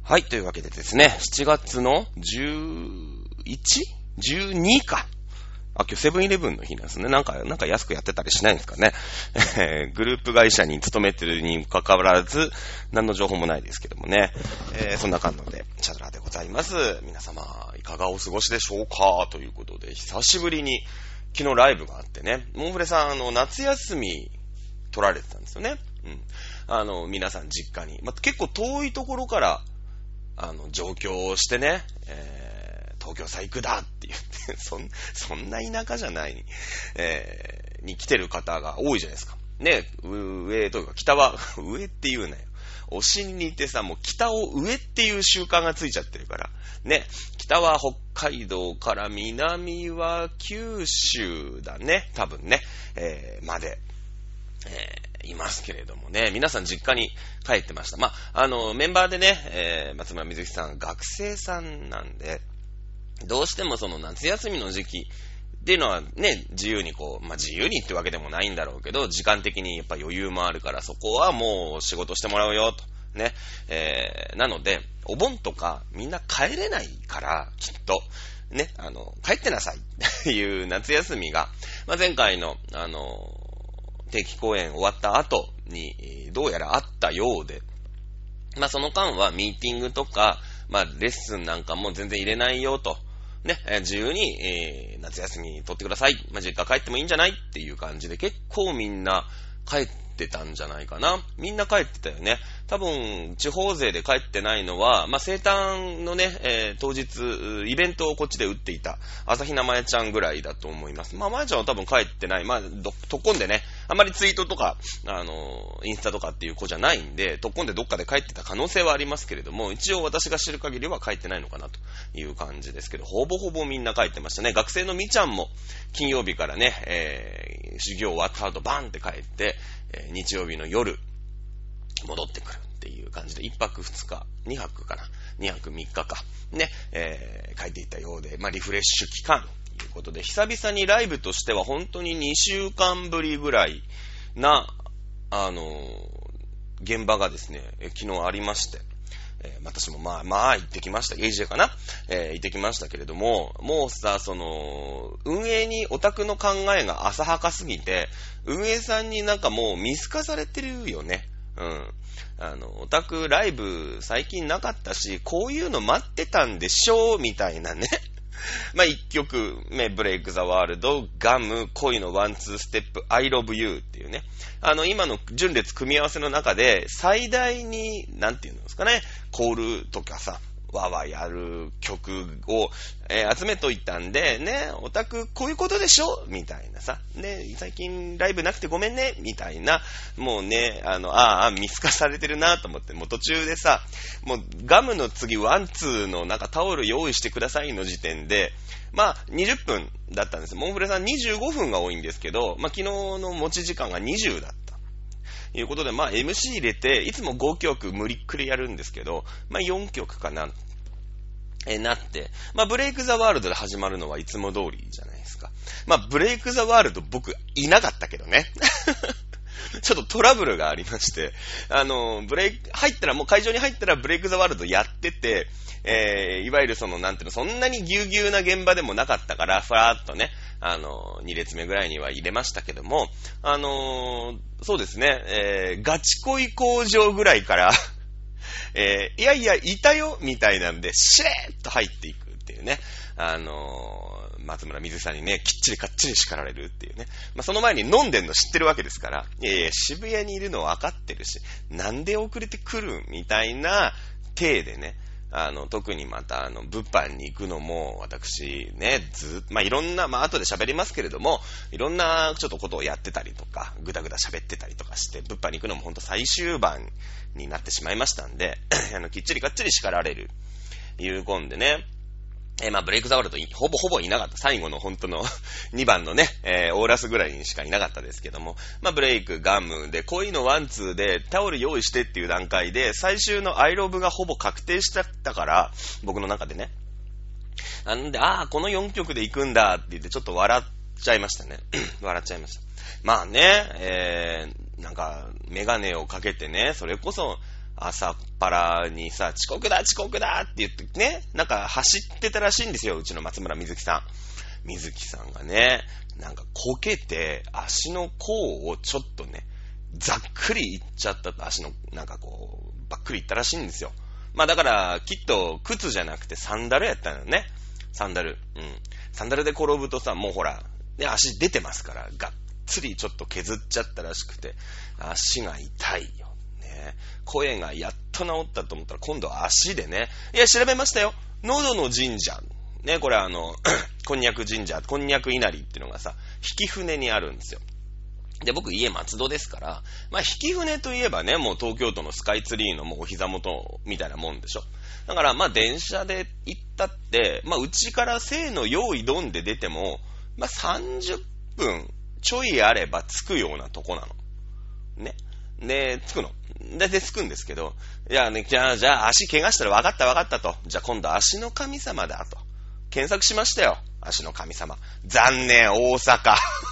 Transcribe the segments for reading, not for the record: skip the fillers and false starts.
はい、というわけでですね、7月の 11?12 か。あ、今日セブンイレブンの日なんですね。なんか安くやってたりしないんですかね。グループ会社に勤めてるにもかかわらず、何の情報もないですけどもね。そんな感じで、チャドラでございます。皆様、いかがお過ごしでしょうかということで、久しぶりに昨日ライブがあってね、モンフレさん、夏休み取られてたんですよね。皆さん実家に。結構遠いところから、上京をしてね、東京さ行くだって言って、そんな田舎じゃない、に来てる方が多いじゃないですか。ね、上というか北は、上って言うなよ。お尻にいてさ、もう北を上っていう習慣がついちゃってるから。ね、北は北海道から南は九州だね、多分ね、まで。いますけれどもね、皆さん実家に帰ってました。メンバーでね、松村瑞希さん学生さんなんで、どうしてもその夏休みの時期っていうのはね、自由に自由にってわけでもないんだろうけど、時間的にやっぱ余裕もあるから、そこはもう仕事してもらうよと。ね。なので、お盆とかみんな帰れないから、きっと、ね、帰ってなさいっていう夏休みが、前回の、定期公演終わった後に、どうやらあったようで、その間はミーティングとか、レッスンなんかも全然入れないよと、ね、自由に、夏休み取ってください。実家帰ってもいいんじゃないっていう感じで、結構みんな帰ってたんじゃないかな。みんな帰ってたよね。多分、地方勢で帰ってないのは、生誕のね、当日、イベントをこっちで打っていた、朝日奈まえちゃんぐらいだと思います。まえちゃんは多分帰ってない。とっこんでね、あんまりツイートとか、インスタとかっていう子じゃないんで、とっこんでどっかで帰ってた可能性はありますけれども、一応私が知る限りは帰ってないのかなという感じですけど、ほぼほぼみんな帰ってましたね。学生のみちゃんも、金曜日からね、授業終わった後バンって帰って、日曜日の夜、戻ってくるっていう感じで、1泊2日、2泊かな、2泊3日か、ね、帰っていったようで、リフレッシュ期間ということで、久々にライブとしては本当に2週間ぶりぐらいな、現場がですね、昨日ありまして、私も行ってきました。AJ かな、行ってきましたけれども、もうさ、運営にオタクの考えが浅はかすぎて、運営さんになんかもう見透かされてるよね。オタクライブ最近なかったし、こういうの待ってたんでしょうみたいなね。一曲目、ブレイクザワールド、ガム、恋のワンツーステップ、I love you っていうね。今の順列組み合わせの中で、最大に、なんていうんですかね、コールとかさ、わわやる曲を、集めといたんで、ね、オタクこういうことでしょみたいなさ、ね、最近ライブなくてごめんねみたいな、もうね、見透かされてるなと思って、もう途中でさ、もうガムの次ワンツーのなんかタオル用意してくださいの時点で、20分だったんです。モンフレさん25分が多いんですけど、昨日の持ち時間が20だった。ということで、MC 入れて、いつも5曲無理っくりやるんですけど、4曲かな、なって、ブレイクザワールドで始まるのはいつも通りじゃないですか。ブレイクザワールド僕いなかったけどね。ちょっとトラブルがありまして、もう会場に入ったらブレイクザワールドやってて、いわゆるそんなにぎゅうぎゅうな現場でもなかったから、ふらーっとね、2列目ぐらいには入れましたけども、そうですね、ガチ恋工場ぐらいから、いやいや、いたよみたいなんで、シレーっと入っていくっていうね、松村瑞さんにね、きっちりかっちり叱られるっていうね。その前に飲んでんの知ってるわけですから、渋谷にいるの分かってるし、なんで遅れてくるみたいな体でね、特にまた、物販に行くのも、私、ね、いろんな、後で喋りますけれども、いろんな、ちょっとことをやってたりとか、ぐだぐだ喋ってたりとかして、物販に行くのも本当最終盤になってしまいましたんで、きっちりかっちり叱られる、いうこんでね、ブレイクザワールドほぼいなかった。最後の本当の2番のね、オーラスぐらいにしかいなかったですけども、ブレイク、ガムで、恋のワンツーでタオル用意してっていう段階で、最終のアイロブがほぼ確定しちゃったから、僕の中でね。なんで、この4曲で行くんだって言ってちょっと笑っちゃいましたね。笑っちゃいました。なんか、メガネをかけてね、それこそ、 朝っぱらにさ、遅刻だって言ってね、なんか走ってたらしいんですよ、うちの松村みずきさん。みずきさんがね、なんかこけて、足の甲をちょっとね、ざっくりいっちゃったと、足の、なんかこう、ばっくりいったらしいんですよ。まあだから、きっと、靴じゃなくてサンダルやったのよね。サンダル。サンダルで転ぶとさ、もうほら、ね、足出てますから、がっつりちょっと削っちゃったらしくて、足が痛いよ。ね。声がやっと治ったと思ったら、今度は足でね。いや、調べましたよ。喉の神社。ね、これこんにゃく神社、こんにゃく稲荷っていうのがさ、引舟にあるんですよ。で、僕家松戸ですから、まあ、引舟といえばね、もう東京都のスカイツリーのもうお膝元みたいなもんでしょ。だから、まあ、電車で行ったって、まあ、うちからせーの用意ドンで出ても、まあ、30分ちょいあれば着くようなとこなの。ね。で、着くの。で、着くんですけど、いやね、じゃあ足怪我したら分かったと。じゃあ今度足の神様だと。検索しましたよ。足の神様。残念、大阪。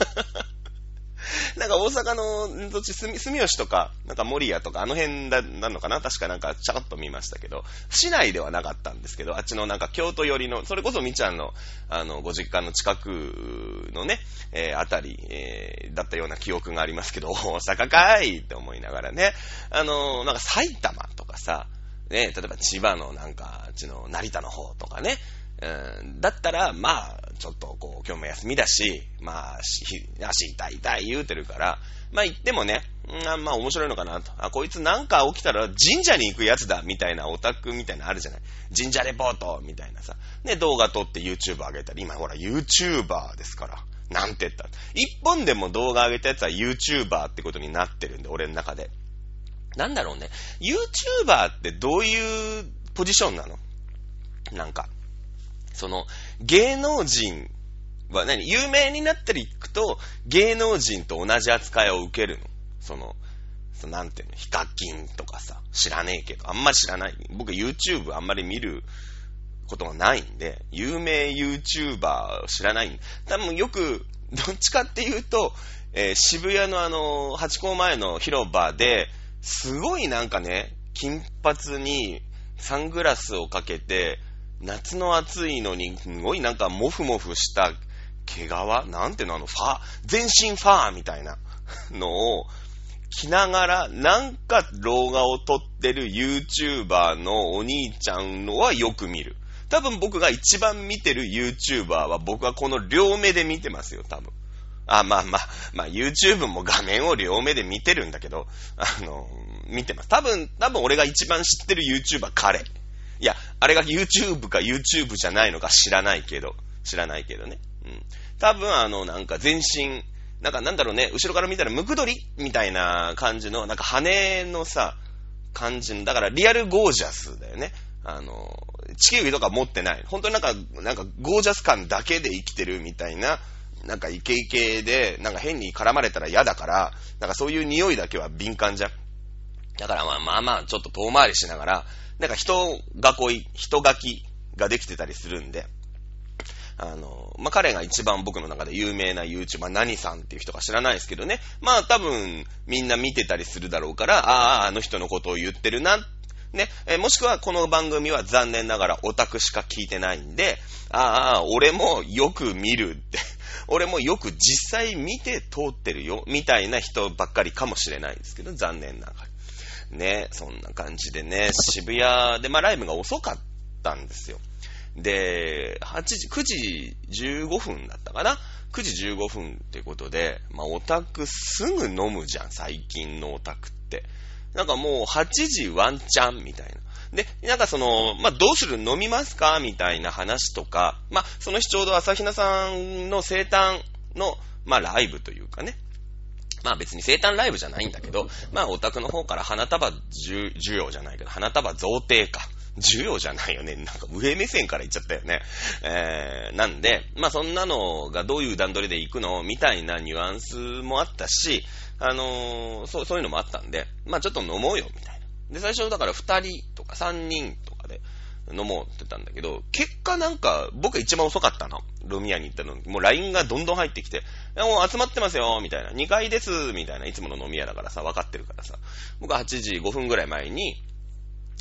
なんか大阪の土地、住吉とか、なんか守谷とか、あの辺なのかな、確かなんかちゃっと見ましたけど、市内ではなかったんですけど、あっちのなんか京都寄りの、それこそみちゃんの、ご実家の近くのね、あたり、だったような記憶がありますけど、大阪かいって思いながらね、なんか埼玉とかさ、ね、例えば千葉のなんか、あっちの成田の方とかね、だったら、まあ、ちょっとこう、今日も休みだし、まあ、足痛い言うてるから、まあ行ってもね、まあ面白いのかなと。こいつなんか起きたら神社に行くやつだ、みたいなオタクみたいなのあるじゃない。神社レポート、みたいなさ。で、動画撮って YouTube 上げたり、今ほら YouTuber ですから。なんて言ったら。一本でも動画上げたやつは YouTuber ってことになってるんで、俺の中で。なんだろうね。YouTuber ってどういうポジションなの？なんか。芸能人は有名になっていくと、芸能人と同じ扱いを受けるの？なんていうの、ヒカキンとかさ、知らねえけど、あんまり知らない。僕 YouTube あんまり見ることがないんで、有名 YouTuber 知らない。多分よく、どっちかっていうと、渋谷のハチ公前の広場で、すごいなんかね、金髪にサングラスをかけて、夏の暑いのに、すごいなんかモフモフした毛皮なんていうの全身ファーみたいなのを着ながら、なんか動画を撮ってる YouTuber のお兄ちゃんのはよく見る。多分僕が一番見てる YouTuber は僕はこの両目で見てますよ、多分。まあ YouTube も画面を両目で見てるんだけど、見てます。多分俺が一番知ってる YouTuber 彼。いや、あれが YouTube か YouTube じゃないのか知らないけどね。多分なんか全身、なんだろうね、後ろから見たらムクドリみたいな感じの、なんか羽のさ、感じの、だからリアルゴージャスだよね。地球儀とか持ってない。本当になんかゴージャス感だけで生きてるみたいな、なんかイケイケで、なんか変に絡まれたら嫌だから、なんかそういう匂いだけは敏感じゃん。だからまあ、ちょっと遠回りしながら、なんか人書きができてたりするんで、彼が一番僕の中で有名な YouTuber、何さんっていう人か知らないですけどね。まあ多分みんな見てたりするだろうから、あの人のことを言ってるな、ね。もしくはこの番組は残念ながらオタクしか聞いてないんで、俺もよく見るって、俺もよく実際見て通ってるよ、みたいな人ばっかりかもしれないんですけど、残念ながら。ね、そんな感じでね、渋谷で、ライブが遅かったんですよ。で、9時15分だったかな ?9 時15分ってことで、オタクすぐ飲むじゃん、最近のオタクって。なんかもう8時ワンチャンみたいな。で、なんかどうする飲みますかみたいな話とか、その日ちょうど朝比奈さんの生誕の、ライブというかね。別に生誕ライブじゃないんだけど、オタクの方から花束需要じゃないけど、花束贈呈か。需要じゃないよね。なんか上目線から言っちゃったよね。なんで、そんなのがどういう段取りで行くのみたいなニュアンスもあったし、そういうのもあったんで、ちょっと飲もうよ、みたいな。で、最初だから2人とか3人とかで飲もうって言ったんだけど、結果なんか僕が一番遅かったの。飲み屋に行ったのに、もう LINE がどんどん入ってきて、もう集まってますよ、みたいな。2階です、みたいな。いつもの飲み屋だからさ、分かってるからさ。僕は8時5分ぐらい前に、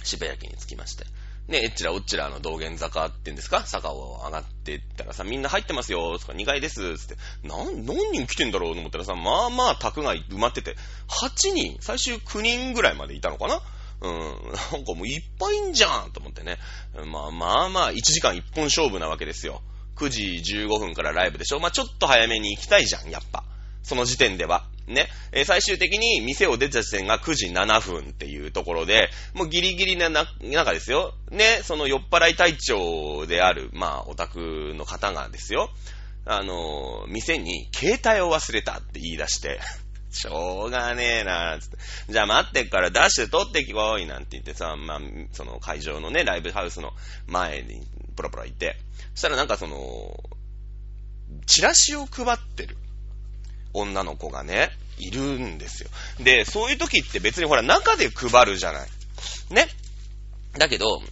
渋谷駅に着きまして。ね、えっちらおっちら道玄坂って言うんですか、坂を上がっていったらさ、みんな入ってますよ、とか2階です、つって。何人来てんだろうと思ったらさ、まあまあ宅街埋まってて、8人、最終9人ぐらいまでいたのかな。なんかもういっぱいいんじゃんと思ってね。まあ、1時間1本勝負なわけですよ。9時15分からライブでしょ。まあちょっと早めに行きたいじゃん、やっぱ。その時点では。ね。最終的に店を出た時点が9時7分っていうところで、もうギリギリな中ですよ。ね。その酔っ払い隊長である、まあオタクの方がですよ。店に携帯を忘れたって言い出して、しょうがねえなーつって。じゃあ待ってっからダッシュ取ってきこいなんて言ってさ、まあ、その会場のね、ライブハウスの前にプラプラ行って、そしたらなんかチラシを配ってる女の子がね、いるんですよ。で、そういう時って別にほら中で配るじゃない。ね。だけど、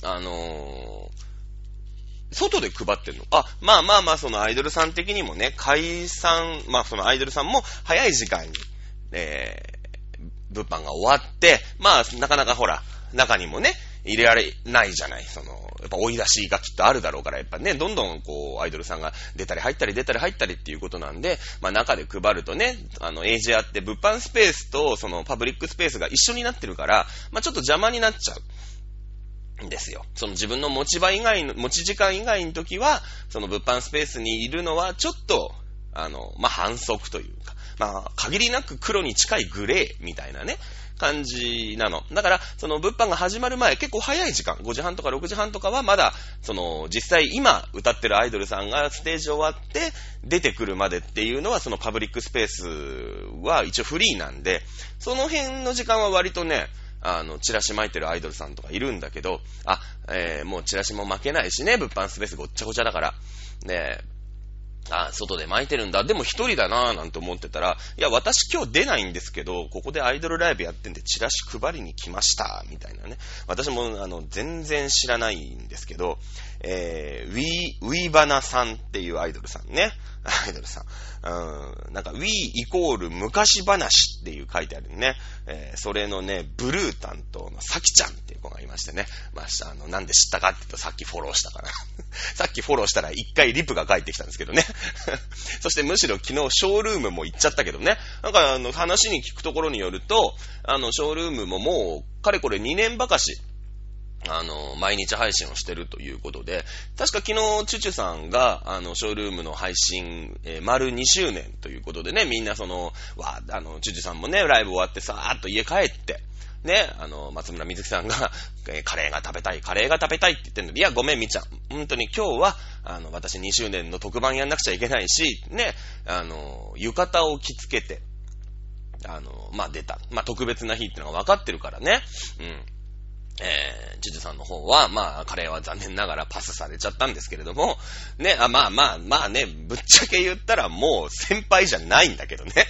外で配ってんの。まあ、そのアイドルさん的にもね、解散、まあそのアイドルさんも早い時間に、物販が終わって、まあ、なかなかほら、中にもね、入れられないじゃない。やっぱ追い出しがきっとあるだろうから、やっぱね、どんどんこう、アイドルさんが出たり入ったりっていうことなんで、まあ中で配るとね、エイジアって物販スペースとそのパブリックスペースが一緒になってるから、まあちょっと邪魔になっちゃうんですよ。その自分の持ち時間以外の時は、その物販スペースにいるのはちょっと、まあ反則というか、まあ限りなく黒に近いグレーみたいなね、感じなの。だから、その物販が始まる前、結構早い時間、5時半とか6時半とかはまだ、実際今歌ってるアイドルさんがステージ終わって出てくるまでっていうのは、そのパブリックスペースは一応フリーなんで、その辺の時間は割とね、チラシ巻いてるアイドルさんとかいるんだけど、もうチラシも巻けないしね、物販スペースごっちゃごちゃだから。ね、外で巻いてるんだ。でも一人だなぁなんて思ってたら、いや、私今日出ないんですけど、ここでアイドルライブやってんでチラシ配りに来ましたみたいなね。私も全然知らないんですけど、ウィーバナさんっていうアイドルさんね。アイドルさん。なんか、ウィーイコール昔話っていう書いてあるね。それのね、ブルー担当のさきちゃんっていう子がいましてね。まあ、なんで知ったかって言うとさっきフォローしたから。さっきフォローしたら一回リプが返ってきたんですけどね。そしてむしろ昨日ショールームも行っちゃったけどね。なんか話に聞くところによると、ショールームももう、かれこれ2年ばかし、毎日配信をしてるということで、確か昨日、チュチュさんが、ショールームの配信、丸2周年ということでね、みんなチュチュさんもね、ライブ終わってさーっと家帰って、ね、松村みずきさんが、カレーが食べたいって言ってんので、いや、ごめん、みちゃん。本当に今日は、私2周年の特番やんなくちゃいけないし、ね、浴衣を着付けて、まあ、出た。まあ、特別な日ってのが分かってるからね。うん。ジュジュさんの方は、まあ、カレーは残念ながらパスされちゃったんですけれども、ね、まあね、ぶっちゃけ言ったらもう先輩じゃないんだけどね。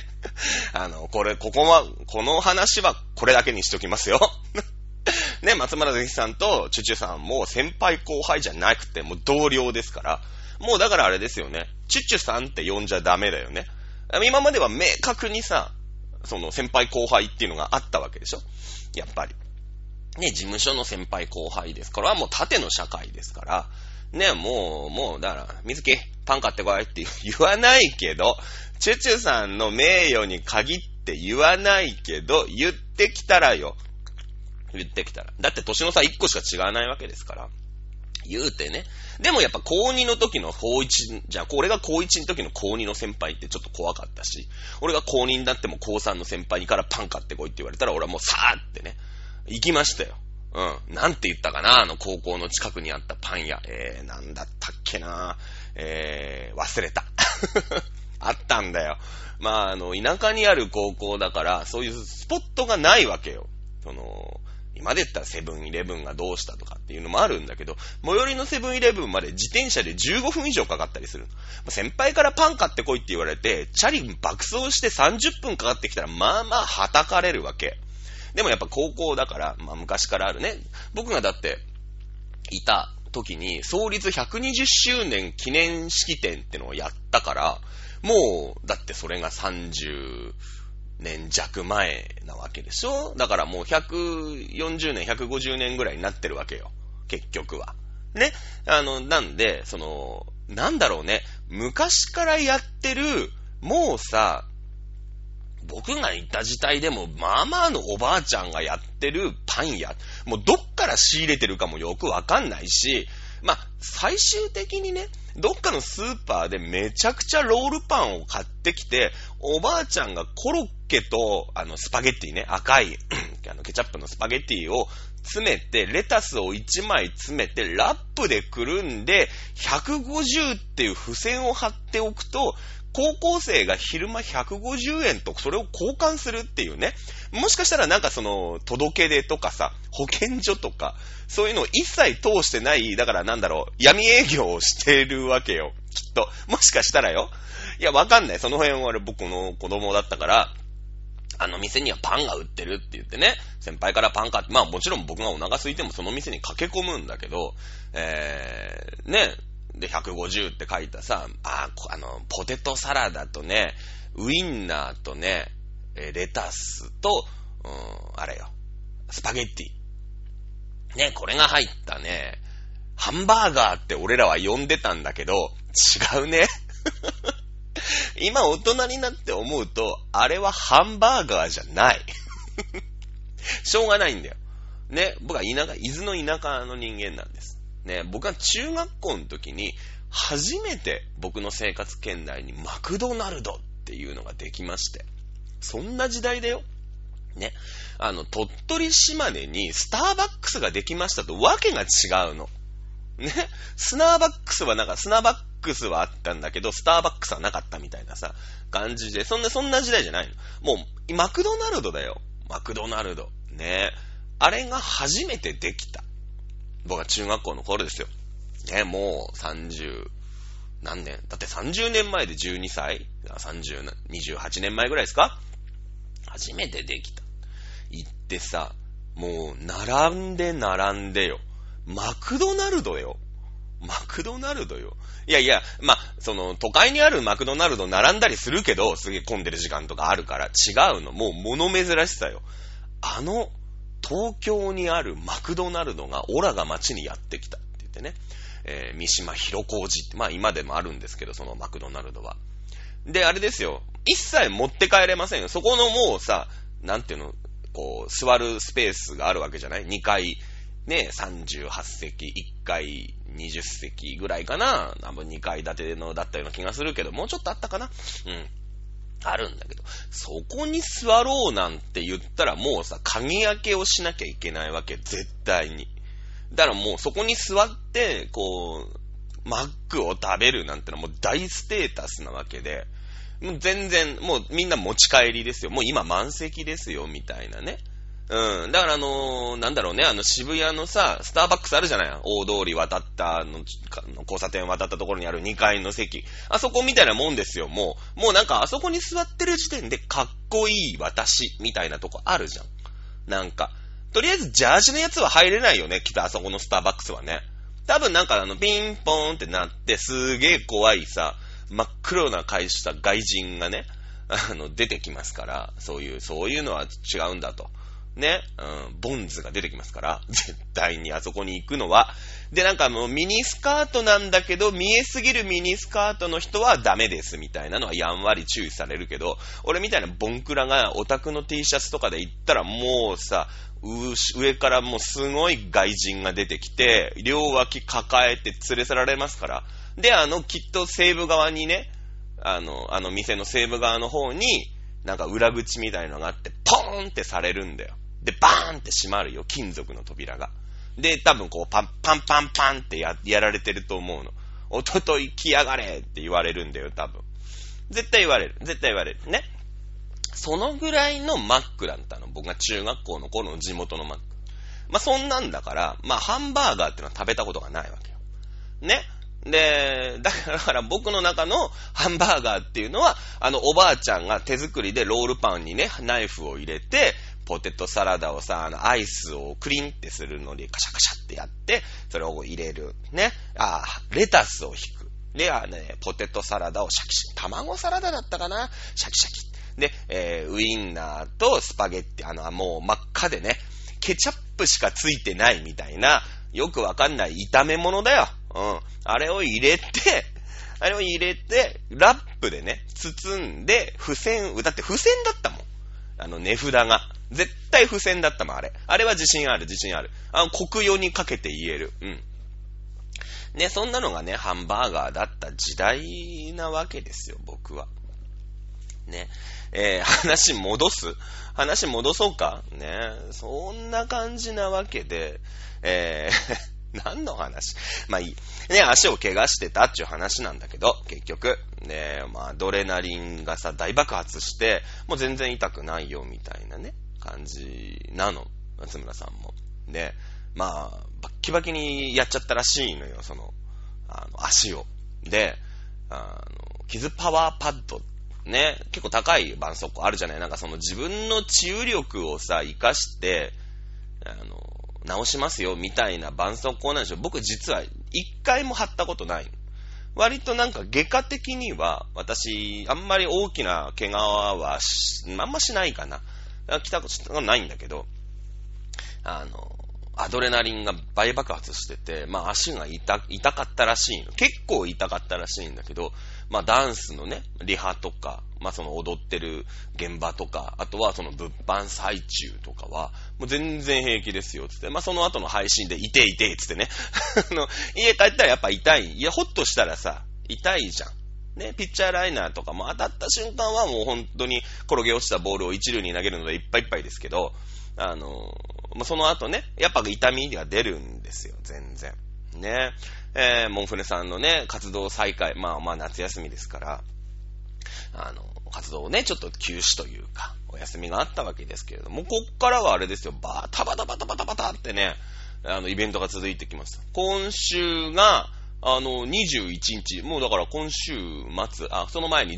この話はこれだけにしときますよ。ね、松村関さんとチュチュさんも先輩後輩じゃなくて、もう同僚ですから、もうだからあれですよね、チュチュさんって呼んじゃダメだよね。今までは明確にさ、その先輩後輩っていうのがあったわけでしょ、やっぱり。ね、事務所の先輩後輩ですから、もう縦の社会ですから、ね、もう、だから、水木、パン買ってこいって言わないけど、チュチュさんの名誉に限って言わないけど、言ってきたら。だって年の差1個しか違わないわけですから。言うてね。でもやっぱ高2の時の高1、じゃあ俺が高1の時の高2の先輩ってちょっと怖かったし、俺が高2になっても高3の先輩にからパン買ってこいって言われたら俺はもうさーってね、行きましたよ。うん。なんて言ったかな、高校の近くにあったパン屋。なんだったっけな。忘れた。あったんだよ。まあ、田舎にある高校だから、そういうスポットがないわけよ。今で言ったらセブンイレブンがどうしたとかっていうのもあるんだけど、最寄りのセブンイレブンまで自転車で15分以上かかったりする。先輩からパン買ってこいって言われて、チャリ爆走して30分かかってきたら、まあまあ、はたかれるわけ。でもやっぱ高校だから、まあ昔からあるね。僕がだって、いた時に、創立120周年記念式典ってのをやったから、もう、だってそれが30 年弱前なわけでしょ。だからもう140年、150年ぐらいになってるわけよ。結局は。ね。なんで、なんだろうね。昔からやってる、もうさ、僕がいた時代でも、まあまあのおばあちゃんがやってるパン屋、もうどっから仕入れてるかもよくわかんないし、まあ、最終的にね、どっかのスーパーでめちゃくちゃロールパンを買ってきて、おばあちゃんがコロッケと、スパゲッティね、赤い、ケチャップのスパゲッティを詰めて、レタスを1枚詰めて、ラップでくるんで、150っていう付箋を貼っておくと、高校生が昼間150円とそれを交換するっていうね。もしかしたらなんか届け出とかさ、保健所とか、そういうのを一切通してない、だからなんだろう、闇営業をしてるわけよ。きっと。もしかしたらよ。いや、わかんない。その辺は僕の子供だったから、店にはパンが売ってるって言ってね、先輩からパン買って、まあもちろん僕がお腹空いてもその店に駆け込むんだけど、ね、で、150って書いたさ、ポテトサラダとね、ウインナーとね、レタスと、あれよ、スパゲッティ。ね、これが入ったね、ハンバーガーって俺らは呼んでたんだけど、違うね。今大人になって思うと、あれはハンバーガーじゃない。しょうがないんだよ。ね、僕は伊豆の田舎の人間なんです。ね、僕は中学校の時に初めて僕の生活圏内にマクドナルドっていうのができまして、そんな時代だよ。ね、鳥取島根にスターバックスができましたとわけが違うの。ね、スナーバックスはあったんだけど、スターバックスはなかったみたいなさ、感じで、そんな時代じゃないの。もう、マクドナルドだよ。マクドナルド。ね、あれが初めてできた。僕は中学校の頃ですよ。ね、もう30何年だって30年前で12歳 28年前ぐらいですか。初めてできた。行ってさ、もう並んでよ。マクドナルドよ。いや、まあ、都会にあるマクドナルド並んだりするけど、すげえ混んでる時間とかあるから違うの。もう物珍しさよ。東京にあるマクドナルドがオラが街にやってきたって言ってね、三島広小路って、まあ今でもあるんですけど、そのマクドナルドは。で、あれですよ。一切持って帰れませんよ。そこのもうさ、なんていうの、こう、座るスペースがあるわけじゃない ?2 階、ね、38席、1階20席ぐらいかな。多分2階建てのだったような気がするけど、もうちょっとあったかな。うん。あるんだけど、そこに座ろうなんて言ったらもうさ、鍵開けをしなきゃいけないわけ、絶対に。だからもうそこに座って、こう、マックを食べるなんてのはもう大ステータスなわけで、もう全然、もうみんな持ち帰りですよ。もう今満席ですよ、みたいなね。うん。だからなんだろうね、渋谷のさ、スターバックスあるじゃない。大通り渡った交差点渡ったところにある2階の席。あそこみたいなもんですよ、もうなんかあそこに座ってる時点でかっこいい私、みたいなとこあるじゃん。なんか。とりあえずジャージのやつは入れないよね、きっとあそこのスターバックスはね。多分なんかピンポーンってなって、すげえ怖いさ、真っ黒な会社外人がね、出てきますから、そういうのは違うんだと。ね、ボンズが出てきますから、絶対にあそこに行くのは。で、なんかもうミニスカートなんだけど、見えすぎるミニスカートの人はダメですみたいなのはやんわり注意されるけど、俺みたいなボンクラがオタクの T シャツとかで行ったらもうさ、上からもうすごい外人が出てきて、両脇抱えて連れ去られますから。で、きっと西部側にね、店の西部側の方に、なんか裏口みたいのがあって、ポーンってされるんだよ。で、バーンって閉まるよ、金属の扉が。で、多分こう、パンってやられてると思うの。おととい来やがれって言われるんだよ、多分。絶対言われる。ね。そのぐらいのマックだったの。僕が中学校の頃の地元のマック。まあ、そんなんだから、まあ、ハンバーガーってのは食べたことがないわけよ。ね。で、だから僕の中のハンバーガーっていうのは、おばあちゃんが手作りでロールパンにね、ナイフを入れて、ポテトサラダをさ、アイスをクリンってするのにカシャカシャってやって、それを入れる。ね。レタスを引く。で、ポテトサラダをシャキシャキ。卵サラダだったかな？シャキシャキ。 で、ウインナーとスパゲッティ、もう真っ赤でね、ケチャップしかついてないみたいな、よくわかんない炒め物だよ。あれを入れて、ラップでね、包んで、だって付箋だったもん。値札が。絶対付箋だったもん、あれ。あれは自信ある。国用にかけて言える。ね、そんなのがね、ハンバーガーだった時代なわけですよ、僕は。ね。話戻そうか。ね。そんな感じなわけで、何の話？まあいい。ね、足を怪我してたっていう話なんだけど、結局。ね、まあ、アドレナリンがさ、大爆発して、もう全然痛くないよ、みたいなね、感じなの。松村さんも。で、まあ、バッキバキにやっちゃったらしいのよ、足を。で、傷パワーパッド。ね、結構高い絆創膏あるじゃない。なんか自分の治癒力をさ、活かして、直しますよみたいな絆創膏なんでしょ。僕実は一回も貼ったことない。割となんか外科的には私あんまり大きな怪我はあんましないかな。来たことないんだけど、アドレナリンが大爆発してて、まあ足が痛かったらしいの。結構痛かったらしいんだけど、まあダンスのね、リハとか、まあ踊ってる現場とか、あとは物販最中とかは、もう全然平気ですよ、つって。まあその後の配信で痛い、つってね。家帰ったらやっぱ痛い。いや、ほっとしたらさ、痛いじゃん。ね、ピッチャーライナーとかも当たった瞬間はもう本当に転げ落ちたボールを一塁に投げるのでいっぱいいっぱいですけど、その後ね、やっぱ痛みが出るんですよ、全然。ね。モンフレさんのね、活動再開、まあ夏休みですから、活動をね、ちょっと休止というか、お休みがあったわけですけれども、こっからはあれですよ、バタバタってね、イベントが続いてきます。今週が、21日、もうだから今週末、その前に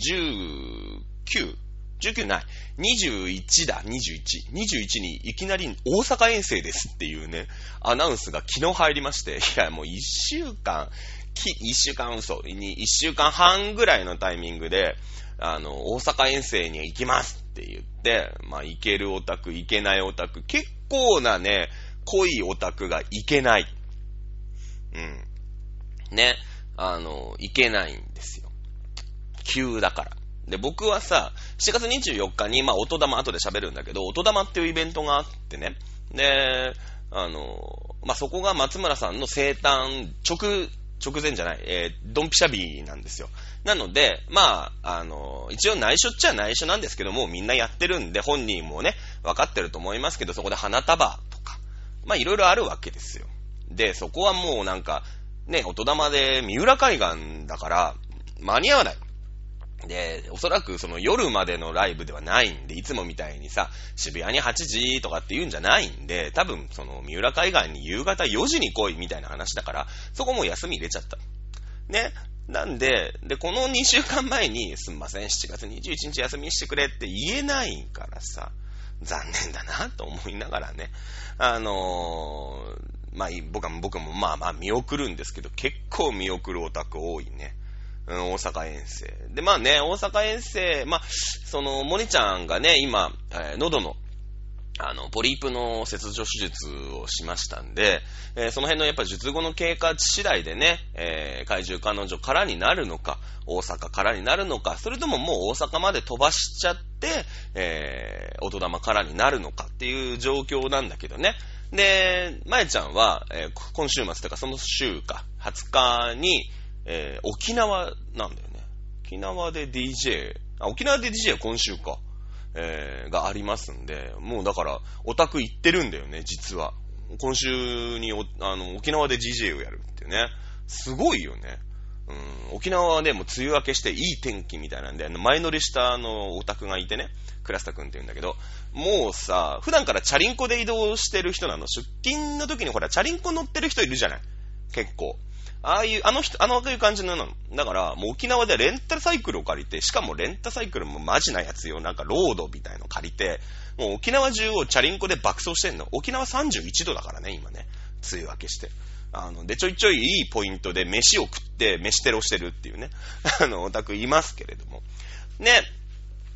19ない。21だ、21にいきなり大阪遠征ですっていうね、アナウンスが昨日入りまして、いやもう1週間半ぐらいのタイミングで、大阪遠征に行きますって言って、まあ行けるオタク、行けないオタク、結構なね、濃いオタクが行けない。ね、行けないんですよ。急だから。で、僕はさ、7月24日に、まあ、音玉後で喋るんだけど、音玉っていうイベントがあってね。で、まあ、そこが松村さんの生誕直前じゃない、ドンピシャ日なんですよ。なので、まあ、一応内緒っちゃ内緒なんですけども、みんなやってるんで、本人もね、分かってると思いますけど、そこで花束とか、まあ、いろいろあるわけですよ。で、そこはもうなんか、ね、音玉で三浦海岸だから、間に合わない。で、おそらく夜までのライブではないんで、いつもみたいにさ、渋谷に8時とかって言うんじゃないんで、多分三浦海岸に夕方4時に来いみたいな話だから、そこも休み入れちゃった。ね。なんで、この2週間前に、すんません、7月21日休みにしてくれって言えないからさ、残念だなと思いながらね、まあ、僕もまあ見送るんですけど、結構見送るオタク多いね。大阪遠征。で、まあね、大阪遠征、まあ、モニちゃんがね、今、喉の、ポリープの切除手術をしましたんで、その辺のやっぱ術後の経過次第でね、怪獣彼女からになるのか、大阪からになるのか、それとももう大阪まで飛ばしちゃって、音玉からになるのかっていう状況なんだけどね。で、まえちゃんは、今週末とかその週か、20日に、沖縄なんだよね。沖縄で DJ は今週か。がありますんで、もうだから、オタク行ってるんだよね、実は。今週に沖縄で DJ をやるってね。すごいよね。沖縄はね、もう梅雨明けしていい天気みたいなんで、前乗りしたオタクがいてね、クラスタ君って言うんだけど、もうさ、普段からチャリンコで移動してる人なの。出勤の時にほら、チャリンコ乗ってる人いるじゃない。結構。ああいう感じなの。だから、もう沖縄でレンタサイクルを借りて、しかもレンタサイクルもマジなやつよ。なんかロードみたいの借りて、もう沖縄中をチャリンコで爆走してんの。沖縄31度だからね、今ね。梅雨明けして。で、ちょいちょいいいポイントで飯を食って、飯テロしてるっていうね。オタクいますけれども。ね。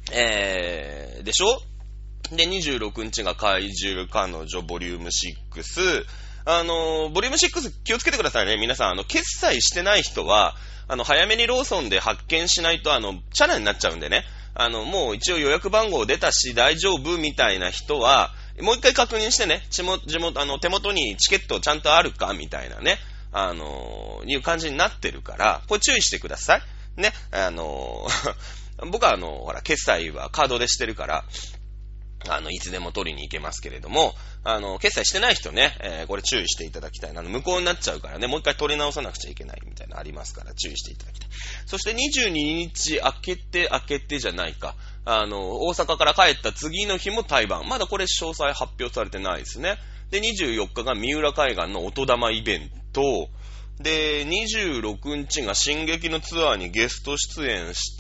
でしょ？で、26日が怪獣彼女ボリューム6。ボリューム6気をつけてくださいね。皆さん、決済してない人は、早めにローソンで発見しないと、チャラになっちゃうんでね。もう一応予約番号出たし大丈夫みたいな人は、もう一回確認してね、手元にチケットちゃんとあるかみたいなね、いう感じになってるから、これ注意してください。ね、僕はほら、決済はカードでしてるから、いつでも取りに行けますけれども、決済してない人ね、これ注意していただきたい。無効になっちゃうからね、もう一回取り直さなくちゃいけないみたいなのありますから注意していただきたい。そして22日明けてじゃないか。大阪から帰った次の日も対バン。まだこれ詳細発表されてないですね。で、24日が三浦海岸の音玉イベント。で、26日が進撃のツアーにゲスト出演して、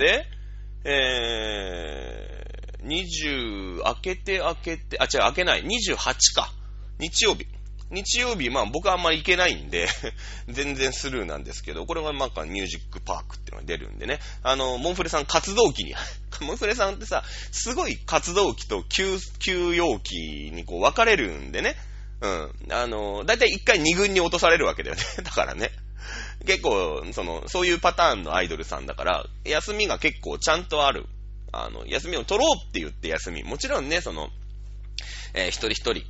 明けない。28か。日曜日、まあ僕はあんまり行けないんで、全然スルーなんですけど、これはなんかミュージックパークっていうのが出るんでね。モンフレさん活動期に、モンフレさんってさ、すごい活動期と休養期にこう分かれるんでね。だいたい一回二軍に落とされるわけだよね。だからね。結構、そういうパターンのアイドルさんだから、休みが結構ちゃんとある。休みを取ろうって言って休み。もちろんね、一人一人、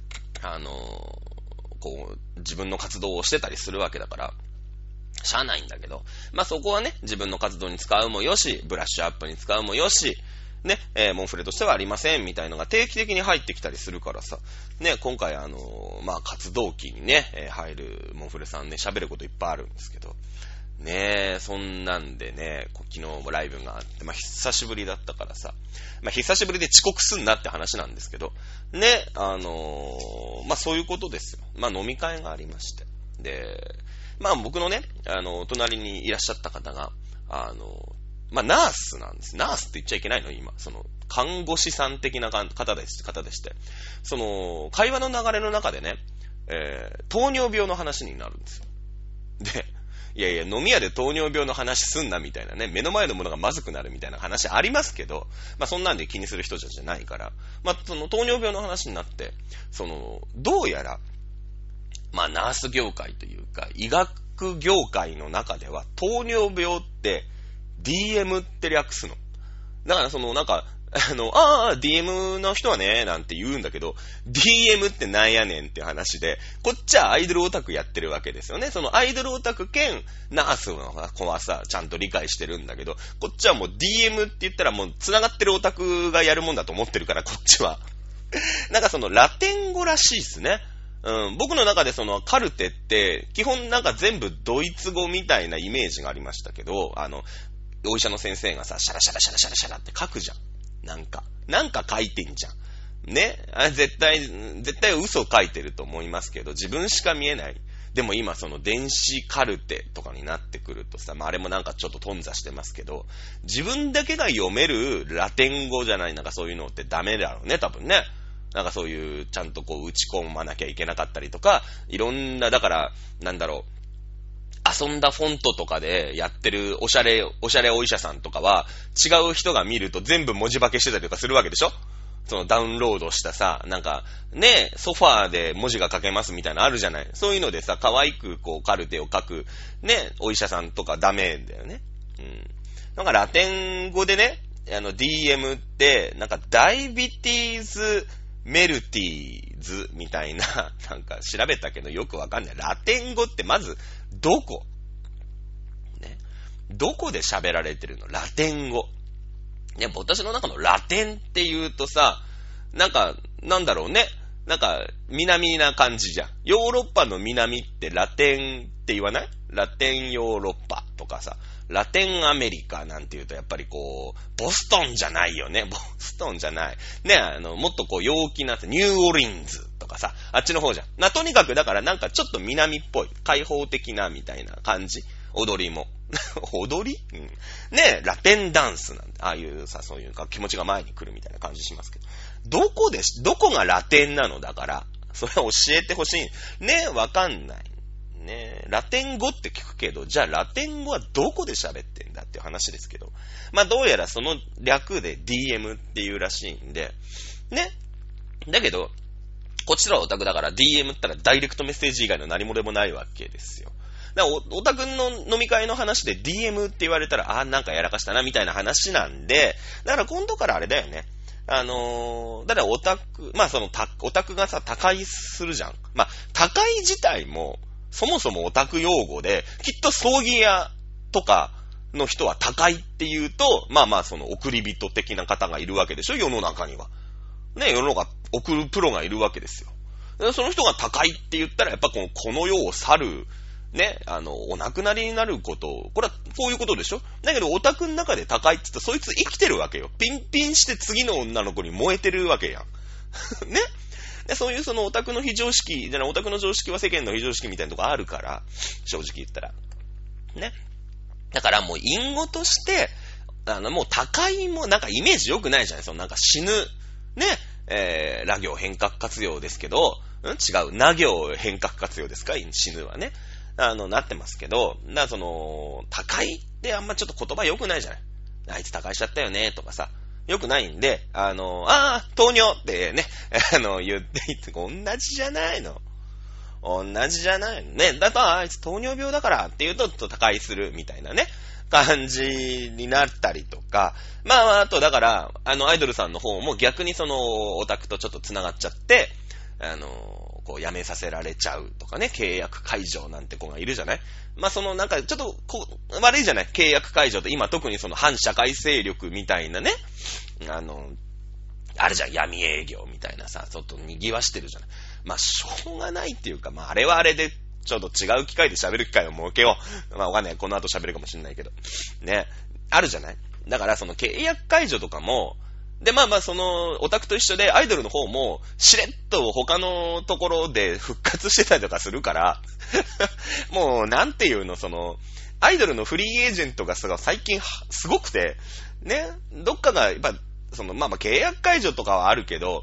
こう、自分の活動をしてたりするわけだから、しゃあないんだけど、まあそこはね、自分の活動に使うもよし、ブラッシュアップに使うもよし、ね、モンフレとしてはありませんみたいのが定期的に入ってきたりするからさ、ね、今回まあ活動期にね、入るモンフレさんね、喋ることいっぱいあるんですけど、ねえ、そんなんでね、昨日もライブがあって、まあ久しぶりだったからさ、まあ久しぶりで遅刻すんなって話なんですけど、ね、まあそういうことですよ。まあ飲み会がありまして。で、まあ僕のね、隣にいらっしゃった方が、まあナースなんです。ナースって言っちゃいけないの今。看護師さん的な方でして、会話の流れの中でね、糖尿病の話になるんですよ。で、いや飲み屋で糖尿病の話すんなみたいなね、目の前のものがまずくなるみたいな話ありますけど、まあそんなんで気にする人じゃないから、まあ糖尿病の話になって、どうやら、まあナース業界というか、医学業界の中では糖尿病って、DM って略すの。だからなんか、DM の人はね、なんて言うんだけど、DM ってなんやねんって話で、こっちはアイドルオタクやってるわけですよね。アイドルオタク兼ナースの子はさ、ちゃんと理解してるんだけど、こっちはもう DM って言ったらもう繋がってるオタクがやるもんだと思ってるから、こっちは。なんかラテン語らしいっすね。僕の中でカルテって、基本なんか全部ドイツ語みたいなイメージがありましたけど、お医者の先生がさ、シャラシャラシャラシャラシャラって書くじゃん。なんか書いてんじゃん。ね。絶対嘘書いてると思いますけど、自分しか見えない。でも今電子カルテとかになってくるとさ、まあ、あれもなんかちょっと頓挫してますけど、自分だけが読めるラテン語じゃない、なんかそういうのってダメだろうね、多分ね。なんかそういう、ちゃんとこう打ち込まなきゃいけなかったりとか、いろんな、だから、なんだろう、遊んだフォントとかでやってるおしゃれお医者さんとかは、違う人が見ると全部文字化けしてたりとかするわけでしょ？ダウンロードしたさ、なんか、ね、ソファーで文字が書けますみたいなのあるじゃない。そういうのでさ、可愛くこうカルテを書く、ね、お医者さんとかダメだよね。なんかラテン語でね、DM って、なんかダイビティーズメルティーズみたいな、なんか調べたけどよくわかんない。ラテン語ってまず、どこで喋られてるの？ラテン語。ね、私の中のラテンって言うとさ、なんか、なんだろうね。なんか、南な感じじゃん。ヨーロッパの南ってラテンって言わない？ラテンヨーロッパとかさ、ラテンアメリカなんて言うとやっぱりこう、ボストンじゃないよね。ボストンじゃない。ね、もっとこう陽気な、ニューオリンズとかさ、あっちの方じゃん。とにかくだからなんかちょっと南っぽい、開放的なみたいな感じ。踊りも。踊り？ね、ラテンダンスなんて、ああいうさ、そういうか気持ちが前に来るみたいな感じしますけど。どこがラテンなのだから、それは教えてほしい。ね、わかんない。 ね、ラテン語って聞くけど、じゃあラテン語はどこで喋ってんだっていう話ですけど、まあどうやらその略で DM っていうらしいんで、ね。だけど、こちらはオタクだから DM ったらダイレクトメッセージ以外の何もでもないわけですよ。だからオタクの飲み会の話で DM って言われたら、なんかやらかしたなみたいな話なんで、だから今度からあれだよね。だからオタク、まあオタクがさ、他界するじゃん。まあ、他界自体も、そもそもオタク用語で、きっと葬儀屋とかの人は他界って言うと、まあまあ送り人的な方がいるわけでしょ、世の中には。ね、世の中送るプロがいるわけですよ。その人が他界って言ったら、やっぱこの世を去る、ね、お亡くなりになること、これはそういうことでしょ。だけどオタクの中で他界って言ったらそいつ生きてるわけよ。ピンピンして次の女の子に燃えてるわけやん。ね。でそういうオタクの非常識、じゃない、オタクの常識は世間の非常識みたいなとこあるから、正直言ったら。ね。だからもう隠語として、もう他界もなんかイメージ良くないじゃない。なんか死ぬ、ね、ラ行変革活用ですけど、違う、な行変革活用ですか、死ぬはね。なってますけど、他界ってあんまちょっと言葉良くないじゃない。あいつ他界しちゃったよね、とかさ。良くないんで、糖尿ってね、言っていて、同じじゃないの。同じじゃないの。ね、だと、あいつ糖尿病だからって言うと、他界するみたいなね、感じになったりとか、まあ、あと、だから、アイドルさんの方も逆にオタクとちょっと繋がっちゃって、辞めさせられちゃうとかね、契約解除なんて子がいるじゃない。まあ、なんか、ちょっと、悪いじゃない、契約解除と、今特に反社会勢力みたいなね、あれじゃん、闇営業みたいなさ、ちょっと賑わしてるじゃない。まあ、しょうがないっていうか、まあ、あれはあれで、ちょっと違う機会で喋る機会を設けよう。まあ、わかんない。この後喋るかもしれないけど。ね。あるじゃない。だから、契約解除とかも、で、まあまあ、オタクと一緒で、アイドルの方も、しれっと他のところで復活してたりとかするから、もう、なんていうの、アイドルのフリーエージェントが最近、すごくて、ね、どっかが、やっぱ、まあまあ、契約解除とかはあるけど、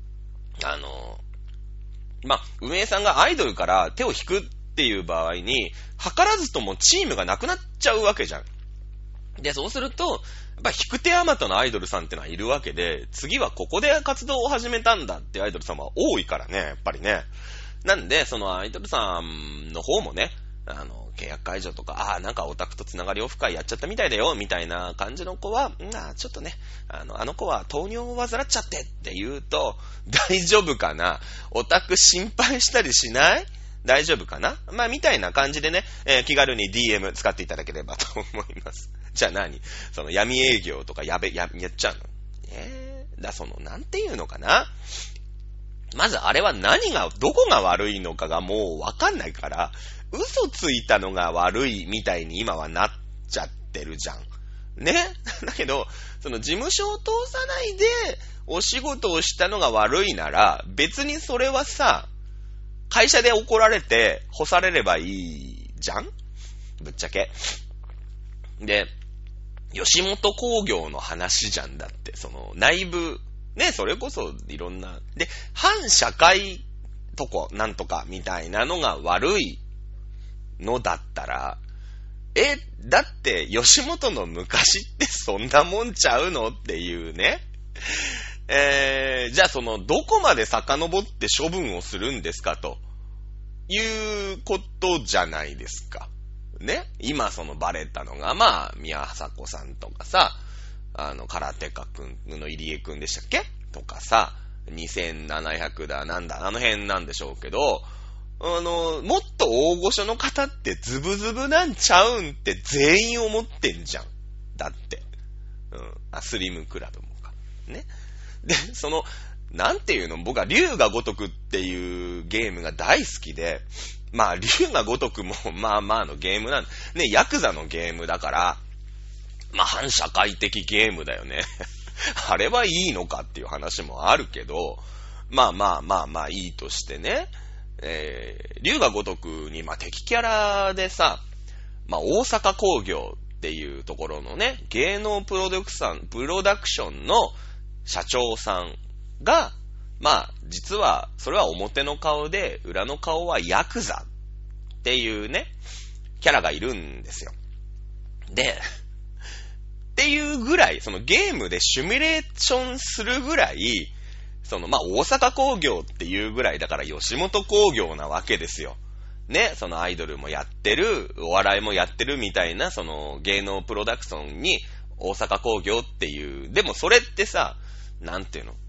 まあ、運営さんがアイドルから手を引くっていう場合に、図らずともチームがなくなっちゃうわけじゃん。で、そうすると、やっぱ引く手あまたのアイドルさんってのはいるわけで、次はここで活動を始めたんだってアイドルさんは多いからね、やっぱりね。なんで、アイドルさんの方もね、契約解除とか、なんかオタクとつながりオフ会やっちゃったみたいだよ、みたいな感じの子は、ちょっとね、あの子は糖尿を患っちゃってって言うと、大丈夫かな？オタク心配したりしない？大丈夫かな？まあ、みたいな感じでね、気軽に DM 使っていただければと思います。じゃあ何？闇営業とかやっちゃうの？なんていうのかな？まずあれはどこが悪いのかがもうわかんないから、嘘ついたのが悪いみたいに今はなっちゃってるじゃん。ね？だけど、事務所を通さないでお仕事をしたのが悪いなら、別にそれはさ、会社で怒られて干されればいいじゃん？ぶっちゃけ。で、吉本興業の話じゃんだって、内部、ね、それこそいろんな、で、反社会なんとかみたいなのが悪いのだったら、だって吉本の昔ってそんなもんちゃうのっていうね。じゃあどこまで遡って処分をするんですかということじゃないですか。ね。今バレたのが、まあ、宮迫さんとかさ、空手家くんの入江くんでしたっけとかさ、2700だ、なんだ、あの辺なんでしょうけど、もっと大御所の方ってズブズブなんちゃうんって全員思ってんじゃん。だって。スリムクラブもか。ね。で、なんていうの、僕は龍が如くっていうゲームが大好きで、まあ、龍が如くも、まあまあのゲームなんだ。ね、ヤクザのゲームだから、まあ、反社会的ゲームだよね。あれはいいのかっていう話もあるけど、まあいいとしてね。龍が如くに、まあ、敵キャラでさ、まあ、大阪工業っていうところのね、芸能プロダクションの社長さんが、まあ、実は、それは表の顔で、裏の顔はヤクザっっていうね、キャラがいるんですよ。で、っていうぐらい、そのゲームでシミュレーションするぐらい、大阪工業っていうぐらいだから吉本工業なわけですよ。ね、そのアイドルもやってる、お笑いもやってるみたいな、その芸能プロダクションに大阪工業っていう、でもそれってさ、なんていうの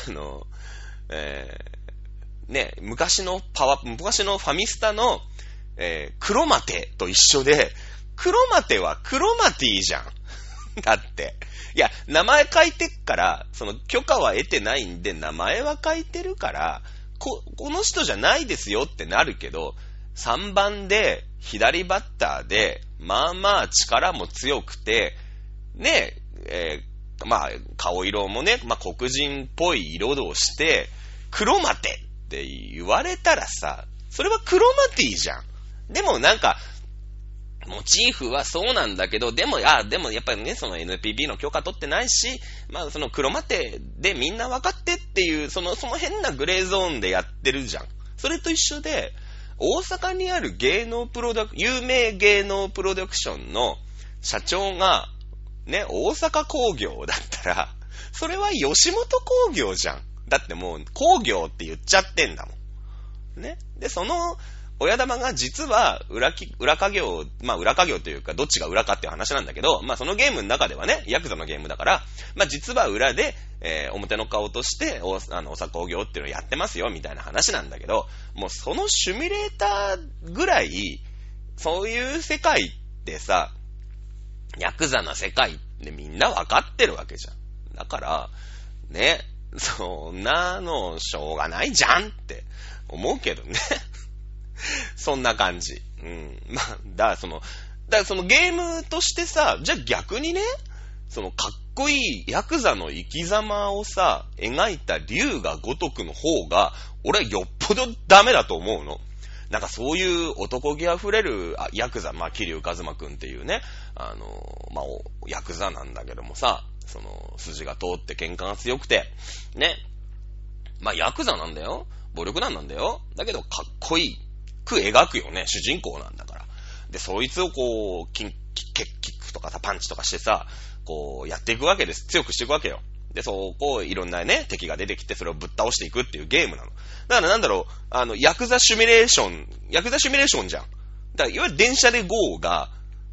ね、昔のファミスタの、クロマテと一緒で、クロマテはクロマティじゃん。だって。いや、名前書いてっから、その許可は得てないんで、名前は書いてるから、この人じゃないですよってなるけど、3番で、左バッターで、まあまあ力も強くて、ね、顔色もね、黒人っぽい色をして、クロマテって言われたらさ、それはクロマティじゃん。でもなんか、モチーフはそうなんだけど、でもやっぱりね、その NPB の許可取ってないし、そのクロマテでみんな分かってっていう、その変なグレーゾーンでやってるじゃん。それと一緒で、大阪にある有名芸能プロダクションの社長が、ね、大阪工業だったら、それは吉本工業じゃん。だってもう工業って言っちゃってんだもん。ね。で、その、親玉が実は裏家業、裏家業というか、どっちが裏かっていう話なんだけど、そのゲームの中ではね、ヤクザのゲームだから、実は裏で、表の顔として、大阪工業っていうのをやってますよ、みたいな話なんだけど、もうそのシミュレーターぐらい、そういう世界ってさ、ヤクザな世界ってみんなわかってるわけじゃん。だから、ね、そんなのしょうがないじゃんって思うけどね。そんな感じ。だからそのゲームとしてさ、じゃあ逆にね、そのかっこいいヤクザの生き様をさ、描いた龍が如くの方が、俺はよっぽどダメだと思うの。なんかそういう男気あふれるヤクザ、桐生一馬くんっていうね、ヤクザなんだけどもさ、その筋が通って喧嘩が強くて、ね、ヤクザなんだよ。暴力団なんだよ。だけどかっこいい。描くよね。主人公なんだから。で、そいつをこう、キックとかさ、パンチとかしてさ、こう、やっていくわけです。強くしていくわけよ。で、いろんなね、敵が出てきて、それをぶっ倒していくっていうゲームなの。だからヤクザシミュレーションじゃん。だから、いわゆる電車で GO が、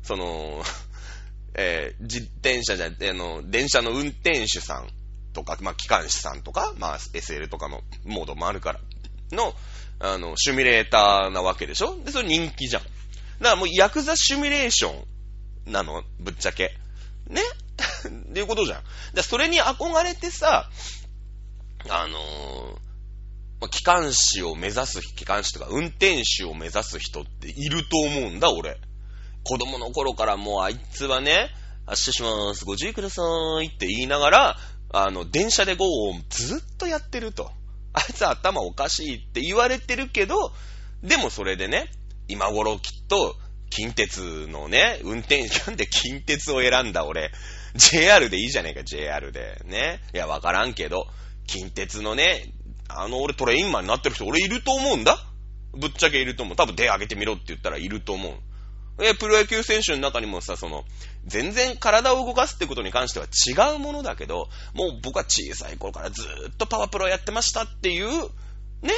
自転車電車の運転手さんとか、機関士さんとか、SL とかのモードもあるから、の、シミュレーターなわけでしょ。で、それ人気じゃん。だからもうヤクザシミュレーションなの、ぶっちゃけ。ねっていうことじゃん。で、それに憧れてさ、機関士とか運転手を目指す人っていると思うんだ、俺。子供の頃からもうあいつはね、発車します、ご注意くださいって言いながら、電車で GO をずっとやってると。あいつ頭おかしいって言われてるけど、でもそれでね、今頃きっと、近鉄のね、運転手なんで近鉄を選んだ俺。JR でいいじゃねえか、JR で。ね。いや、わからんけど、近鉄のね、俺トレインマンになってる人、俺いると思うんだ。ぶっちゃけいると思う。多分手挙げてみろって言ったらいると思う。プロ野球選手の中にもさ、全然体を動かすってことに関しては違うものだけど、もう僕は小さい頃からずーっとパワプロやってましたっていう、ね、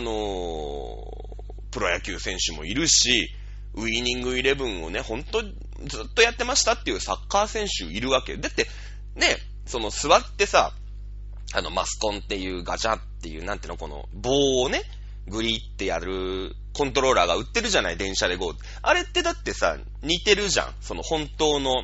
プロ野球選手もいるし、ウイニングイレブンをね、ほんとずっとやってましたっていうサッカー選手いるわけ。だって、ね、座ってさ、マスコンっていうガチャっていう、なんていうの、この棒をね、グリってやるコントローラーが売ってるじゃない、電車で GO。あれってだってさ、似てるじゃん。本当の、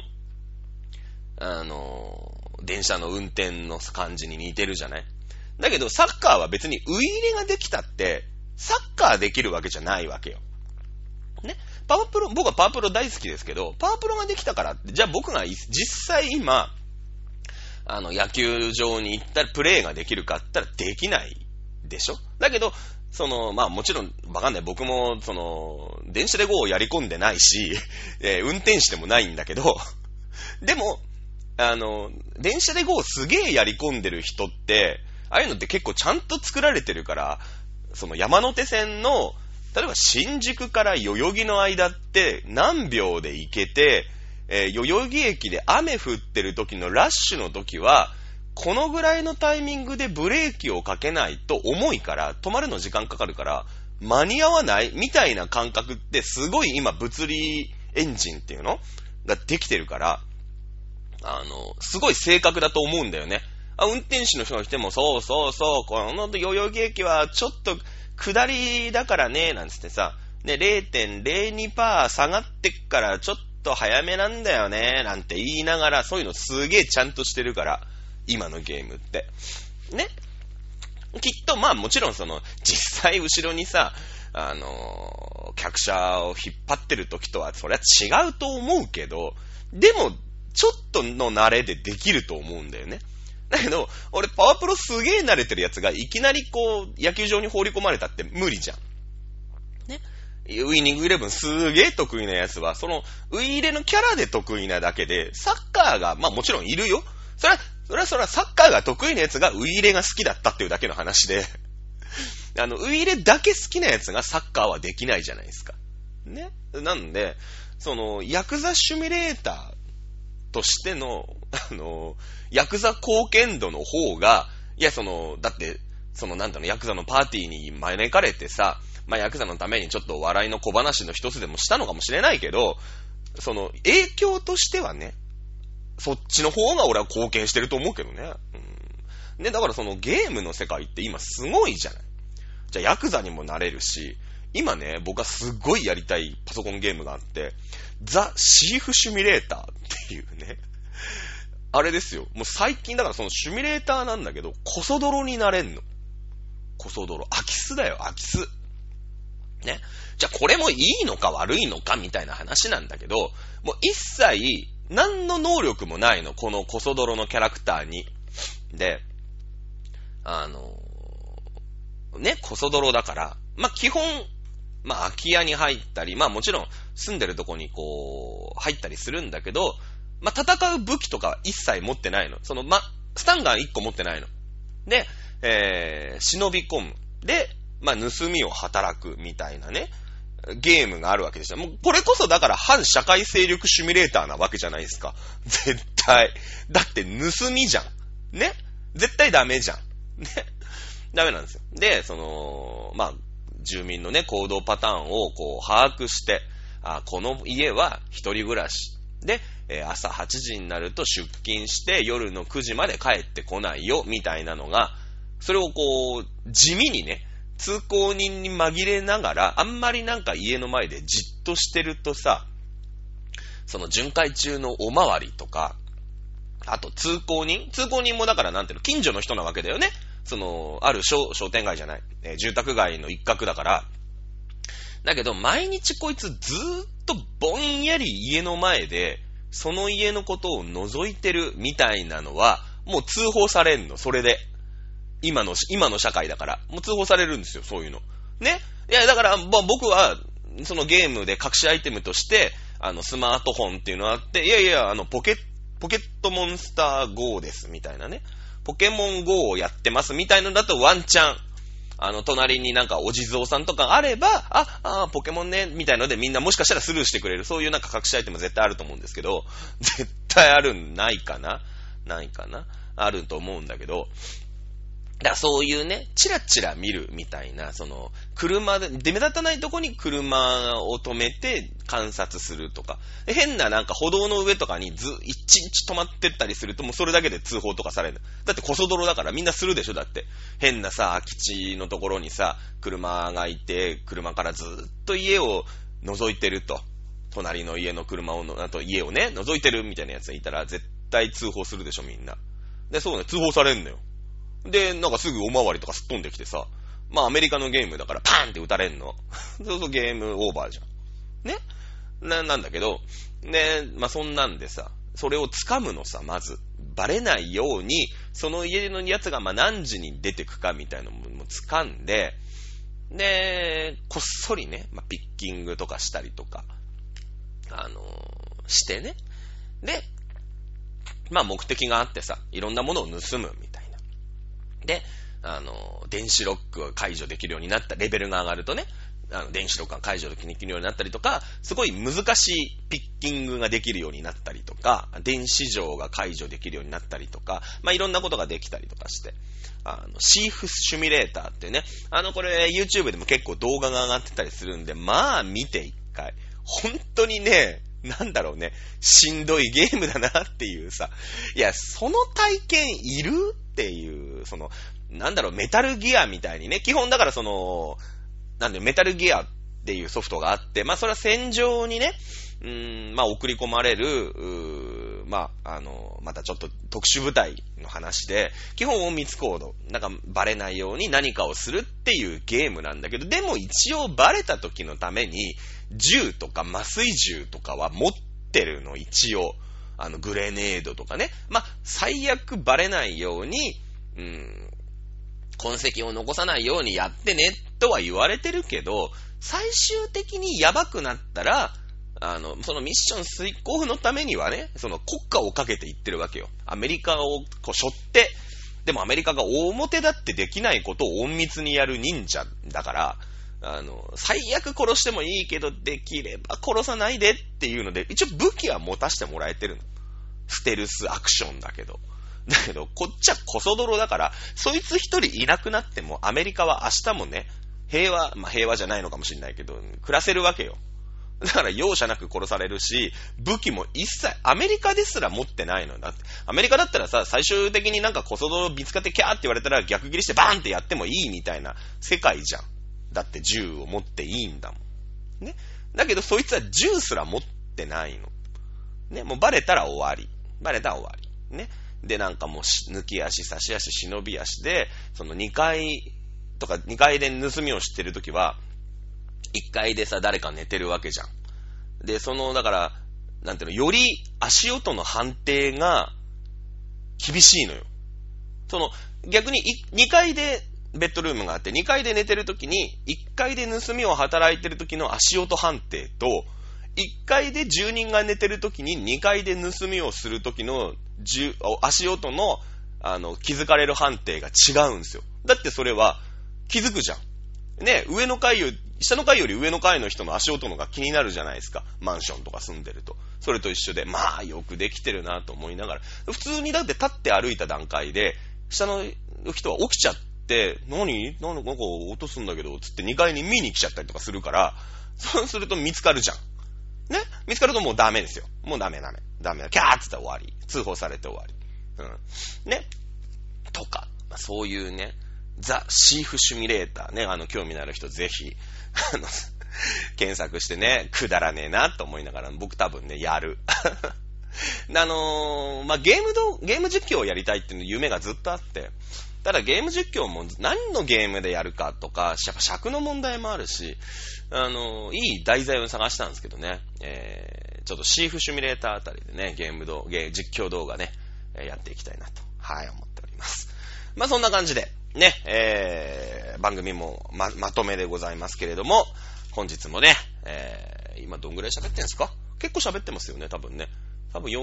電車の運転の感じに似てるじゃない。だけど、サッカーは別にウイイレができたって、サッカーできるわけじゃないわけよ。ね。僕はパワプロ大好きですけど、パワプロができたからって、じゃあ僕が実際今、野球場に行ったらプレーができるかって言ったらできないでしょ。だけど、もちろん、わかんない。僕も、電車で GO をやり込んでないし、運転手でもないんだけど、でも、電車で GO をすげえやり込んでる人って、ああいうのって結構ちゃんと作られてるから、山手線の、 例えば新宿から代々木の間って何秒で行けて、代々木駅で雨降ってる時のラッシュの時は、このぐらいのタイミングでブレーキをかけないと重いから、止まるの時間かかるから、間に合わないみたいな感覚ってすごい今物理エンジンっていうのができてるから、すごい正確だと思うんだよね。運転手の人が来ても、そうそうそう、この代々木駅はちょっと下りだからね、なんつってさ、ね、0.02% 下がってっからちょっと早めなんだよね、なんて言いながら、そういうのすげえちゃんとしてるから、今のゲームって。ね。きっとまあもちろん実際後ろにさ、客車を引っ張ってる時とはそれは違うと思うけど、でもちょっとの慣れでできると思うんだよね。だけど、俺パワプロすげえ慣れてるやつがいきなりこう野球場に放り込まれたって無理じゃん。ね。ウイニングイレブンすげえ得意なやつは、そのウイイレのキャラで得意なだけで、サッカーがまあもちろんいるよ。それはサッカーが得意なやつがウイイレが好きだったっていうだけの話で、ウイイレだけ好きなやつがサッカーはできないじゃないですか。ね。なんで、ヤクザシミュレーターとしての、ヤクザ貢献度の方が、いや、だって、ヤクザのパーティーに招かれてさ、まあ、ヤクザのためにちょっと笑いの小話の一つでもしたのかもしれないけど、影響としてはね、そっちの方が俺は貢献してると思うけどね。で、だからゲームの世界って今すごいじゃない。じゃあヤクザにもなれるし、今ね、僕はすごいやりたいパソコンゲームがあって、ザ・シーフシミュレーターっていうね。あれですよ。もう最近だからシミュレーターなんだけど、コソ泥になれんの。コソ泥。空き巣だよ、空き巣。ね。じゃあこれもいいのか悪いのかみたいな話なんだけど、もう一切、何の能力もないの、このコソ泥のキャラクターに。で、ね、コソ泥だから、まあ、基本、まあ、空き家に入ったり、まあ、もちろん、住んでるとこにこう、入ったりするんだけど、まあ、戦う武器とかは一切持ってないの。スタンガン1個持ってないの。で、忍び込む。で、まあ、盗みを働くみたいなね。ゲームがあるわけでした。もうこれこそだから反社会勢力シミュレーターなわけじゃないですか。絶対。だって盗みじゃん。ね。絶対ダメじゃん。ね。ダメなんですよ。で、まあ、住民のね、行動パターンをこう把握して、この家は一人暮らし。で、朝8時になると出勤して夜の9時まで帰ってこないよ、みたいなのが、それをこう、地味にね、通行人に紛れながら、あんまりなんか家の前でじっとしてるとさ、巡回中のおまわりとか、あと通行人もだからなんていうの、近所の人なわけだよね。ある商店街じゃない、住宅街の一角だから。だけど、毎日こいつずーっとぼんやり家の前で、その家のことを覗いてるみたいなのは、もう通報されんの、それで。今の社会だから。もう通報されるんですよ、そういうの。ね。いや、だから、僕は、そのゲームで隠しアイテムとして、スマートフォンっていうのがあって、いやいや、ポケットモンスター GO です、みたいなね。ポケモン GO をやってます、みたいなのだとワンチャン、隣になんかお地蔵さんとかあれば、ポケモンね、みたいのでみんなもしかしたらスルーしてくれる。そういうなんか隠しアイテム絶対あると思うんですけど、絶対ないかなあると思うんだけど、だからそういうね、チラチラ見るみたいな、車で、目立たないとこに車を止めて観察するとか、変ななんか歩道の上とかに一日止まってったりするともうそれだけで通報とかされる。だってコソ泥だからみんなするでしょ。だって変なさ、空き地のところにさ、車がいて、車からずっと家を覗いてると。隣の家の車をあと家をね、覗いてるみたいなやつがいたら絶対通報するでしょ、みんな。で、そうね、通報されんのよ。で、なんかすぐおまわりとかすっ飛んできてさ、まあアメリカのゲームだからパーンって撃たれんの。そうそうゲームオーバーじゃん。ね？なんだけど、ね、まあそんなんでさ、それを掴むのさ、まず。バレないように、その家のやつがまあ何時に出てくかみたいなのも掴んで、で、こっそりね、まあ、ピッキングとかしたりとか、してね。で、まあ目的があってさ、いろんなものを盗むみたいな。で、電子ロックを解除できるようになったレベルが上がるとね、 電子とか解除できるようになったりとか、すごい難しいピッキングができるようになったりとか、電子錠が解除できるようになったりとか、いろんなことができたりとかして、シーフシミュレーターってね、これ YouTube でも結構動画が上がってたりするんで、見て一回。本当にね、しんどいゲームだなっていうさ、いや、その体験いるっていう、メタルギアみたいにね、基本だからメタルギアっていうソフトがあって、それは戦場にね、送り込まれる、またちょっと特殊部隊の話で、基本隠密コード、バレないように何かをするっていうゲームなんだけど、でも一応バレた時のために、銃とか麻酔銃とかは持ってるの、一応。グレネードとかね。最悪バレないように、痕跡を残さないようにやってね、とは言われてるけど、最終的にやばくなったら、そのミッション遂行のためにはね、国家をかけていってるわけよ。アメリカを背負って、でもアメリカが表立ってできないことを隠密にやる忍者だから、最悪殺してもいいけど、できれば殺さないでっていうので、一応武器は持たせてもらえてるの。ステルスアクションだけど。だけど、こっちはコソ泥だから、そいつ一人いなくなっても、アメリカは明日もね、平和じゃないのかもしれないけど、暮らせるわけよ。だから容赦なく殺されるし、武器も一切、アメリカですら持ってないのだって。アメリカだったらさ、最終的にコソ泥見つかってキャーって言われたら逆切りしてバーンってやってもいいみたいな世界じゃん。だって銃を持っていいんだもん。ね。だけどそいつは銃すら持ってないの。ね。もうバレたら終わり。ね。で、もう抜き足、差し足、忍び足で、2階とか2階で盗みをしてるときは、1階でさ、誰か寝てるわけじゃん。で、だから、より足音の判定が厳しいのよ。逆に2階でベッドルームがあって、2階で寝てるときに、1階で盗みを働いてるときの足音判定と、1階で住人が寝てるときに2階で盗みをするときの足音の、気づかれる判定が違うんですよ。だってそれは気づくじゃん。ね、下の階より上の階の人の足音のが気になるじゃないですか。マンションとか住んでると。それと一緒で、よくできてるなと思いながら。普通にだって立って歩いた段階で、下の人は起きちゃって、なんか音すんだけど、つって2階に見に来ちゃったりとかするから、そうすると見つかるじゃん。ね、見つかるともうダメですよ。もうダメ。キャーって言ったら終わり。通報されて終わり。ね。とか、そういうね、ザ・シーフシミュレーターね、興味のある人ぜひ、検索してね、くだらねえなと思いながら、僕多分ね、やる。ゲーム実況をやりたいっていう夢がずっとあって、ただゲーム実況も何のゲームでやるかとか、やっぱ尺の問題もあるし、いい題材を探したんですけどね、ちょっとシーフシミュレーターあたりでね、実況動画ね、やっていきたいなと、思っております。そんな感じで、ね、番組も まとめでございますけれども、本日もね、今どんぐらい喋ってんすか？結構喋ってますよね、多分ね。多分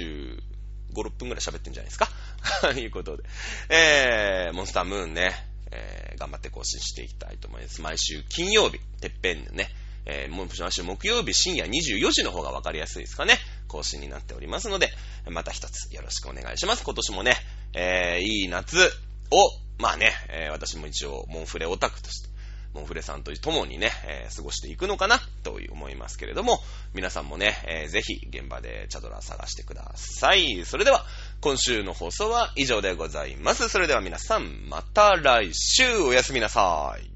45、6分ぐらい喋ってんじゃないですかということで、モンスタームーンね、頑張って更新していきたいと思います。毎週金曜日、てっぺんね、毎週木曜日深夜24時の方が分かりやすいですかね。更新になっておりますので、また一つよろしくお願いします。今年もね、いい夏を、私も一応モンフレオタクとして、モンフレさんと共にね、過ごしていくのかなと思いますけれども、皆さんもね、ぜひ現場でチャドラ探してください。それでは今週の放送は以上でございます。それでは皆さんまた来週おやすみなさい。